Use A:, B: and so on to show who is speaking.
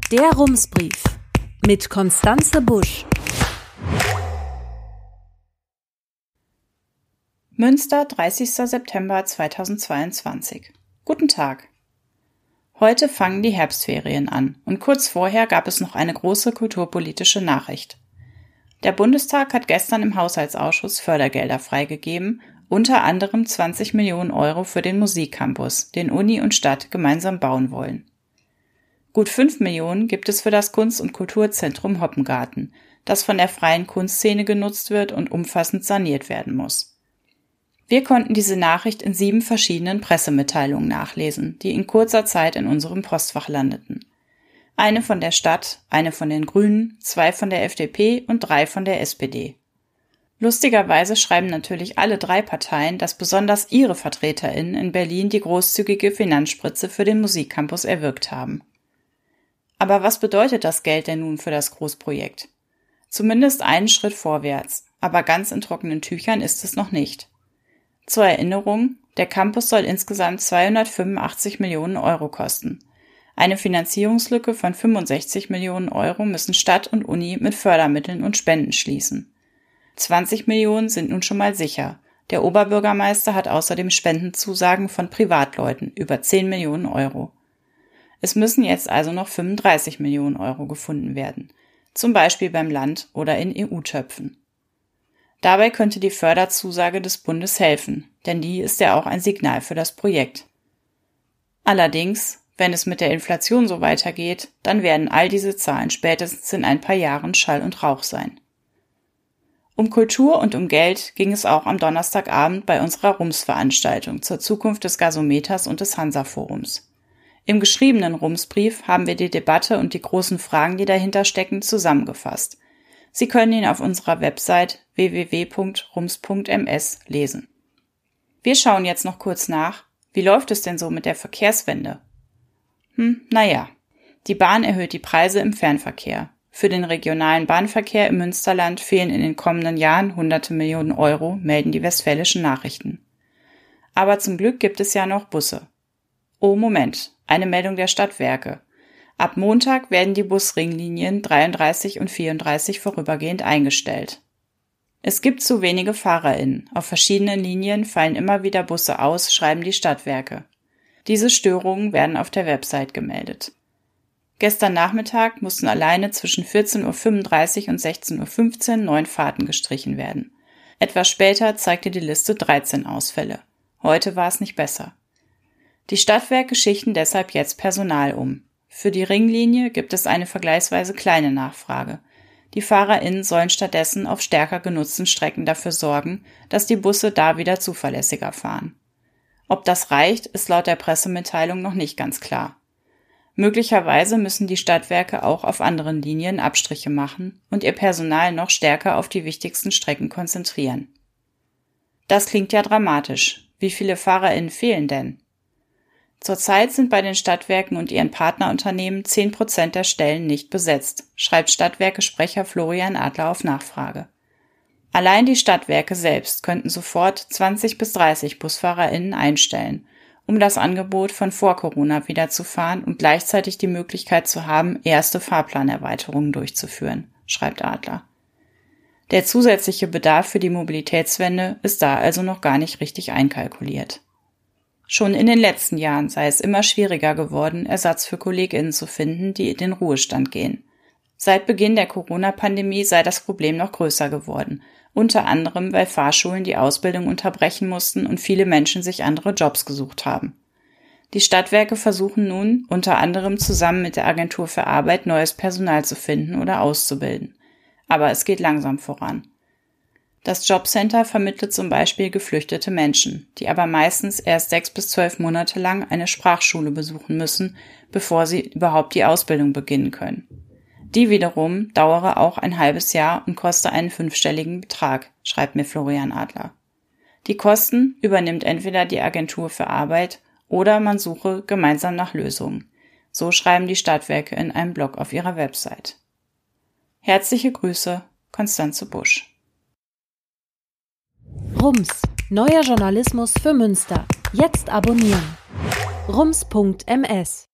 A: Der Rumsbrief mit Constanze Busch.
B: Münster, 30. September 2022. Guten Tag. Heute fangen die Herbstferien an und kurz vorher gab es noch eine große kulturpolitische Nachricht. Der Bundestag hat gestern im Haushaltsausschuss Fördergelder freigegeben, unter anderem 20 Millionen Euro für den Musikcampus, den Uni und Stadt gemeinsam bauen wollen. Gut 5 Millionen gibt es für das Kunst- und Kulturzentrum Hoppengarten, das von der freien Kunstszene genutzt wird und umfassend saniert werden muss. Wir konnten diese Nachricht in 7 verschiedenen Pressemitteilungen nachlesen, die in kurzer Zeit in unserem Postfach landeten. Eine von der Stadt, eine von den Grünen, 2 von der FDP und 3 von der SPD. Lustigerweise schreiben natürlich alle 3 Parteien, dass besonders ihre VertreterInnen in Berlin die großzügige Finanzspritze für den Musikcampus erwirkt haben. Aber was bedeutet das Geld denn nun für das Großprojekt? Zumindest einen Schritt vorwärts, aber ganz in trockenen Tüchern ist es noch nicht. Zur Erinnerung, der Campus soll insgesamt 285 Millionen Euro kosten. Eine Finanzierungslücke von 65 Millionen Euro müssen Stadt und Uni mit Fördermitteln und Spenden schließen. 20 Millionen sind nun schon mal sicher. Der Oberbürgermeister hat außerdem Spendenzusagen von Privatleuten über 10 Millionen Euro. Es müssen jetzt also noch 35 Millionen Euro gefunden werden, zum Beispiel beim Land oder in EU-Töpfen. Dabei könnte die Förderzusage des Bundes helfen, denn die ist ja auch ein Signal für das Projekt. Allerdings, wenn es mit der Inflation so weitergeht, dann werden all diese Zahlen spätestens in ein paar Jahren Schall und Rauch sein. Um Kultur und um Geld ging es auch am Donnerstagabend bei unserer Rums-Veranstaltung zur Zukunft des Gasometers und des Hansa-Forums. Im geschriebenen Rumsbrief haben wir die Debatte und die großen Fragen, die dahinter stecken, zusammengefasst. Sie können ihn auf unserer Website www.rums.ms lesen. Wir schauen jetzt noch kurz nach, wie läuft es denn so mit der Verkehrswende? Die Bahn erhöht die Preise im Fernverkehr. Für den regionalen Bahnverkehr im Münsterland fehlen in den kommenden Jahren hunderte Millionen Euro, melden die Westfälischen Nachrichten. Aber zum Glück gibt es ja noch Busse. Oh Moment, eine Meldung der Stadtwerke. Ab Montag werden die Busringlinien 33 und 34 vorübergehend eingestellt. Es gibt zu wenige FahrerInnen. Auf verschiedenen Linien fallen immer wieder Busse aus, schreiben die Stadtwerke. Diese Störungen werden auf der Website gemeldet. Gestern Nachmittag mussten alleine zwischen 14.35 Uhr und 16.15 Uhr 9 Fahrten gestrichen werden. Etwas später zeigte die Liste 13 Ausfälle. Heute war es nicht besser. Die Stadtwerke schichten deshalb jetzt Personal um. Für die Ringlinie gibt es eine vergleichsweise kleine Nachfrage. Die FahrerInnen sollen stattdessen auf stärker genutzten Strecken dafür sorgen, dass die Busse da wieder zuverlässiger fahren. Ob das reicht, ist laut der Pressemitteilung noch nicht ganz klar. Möglicherweise müssen die Stadtwerke auch auf anderen Linien Abstriche machen und ihr Personal noch stärker auf die wichtigsten Strecken konzentrieren. Das klingt ja dramatisch. Wie viele FahrerInnen fehlen denn? Zurzeit sind bei den Stadtwerken und ihren Partnerunternehmen 10% der Stellen nicht besetzt, schreibt Stadtwerke-Sprecher Florian Adler auf Nachfrage. Allein die Stadtwerke selbst könnten sofort 20 bis 30 BusfahrerInnen einstellen, um das Angebot von vor Corona wieder zu fahren und gleichzeitig die Möglichkeit zu haben, erste Fahrplanerweiterungen durchzuführen, schreibt Adler. Der zusätzliche Bedarf für die Mobilitätswende ist da also noch gar nicht richtig einkalkuliert. Schon in den letzten Jahren sei es immer schwieriger geworden, Ersatz für KollegInnen zu finden, die in den Ruhestand gehen. Seit Beginn der Corona-Pandemie sei das Problem noch größer geworden, unter anderem, weil Fahrschulen die Ausbildung unterbrechen mussten und viele Menschen sich andere Jobs gesucht haben. Die Stadtwerke versuchen nun, unter anderem zusammen mit der Agentur für Arbeit, neues Personal zu finden oder auszubilden. Aber es geht langsam voran. Das Jobcenter vermittelt zum Beispiel geflüchtete Menschen, die aber meistens erst 6 bis 12 Monate lang eine Sprachschule besuchen müssen, bevor sie überhaupt die Ausbildung beginnen können. Die wiederum dauere auch ein halbes Jahr und koste einen 5-stelligen Betrag, schreibt mir Florian Adler. Die Kosten übernimmt entweder die Agentur für Arbeit oder man suche gemeinsam nach Lösungen. So schreiben die Stadtwerke in einem Blog auf ihrer Website. Herzliche Grüße, Constanze Busch.
A: Rums, neuer Journalismus für Münster. Jetzt abonnieren. rums.ms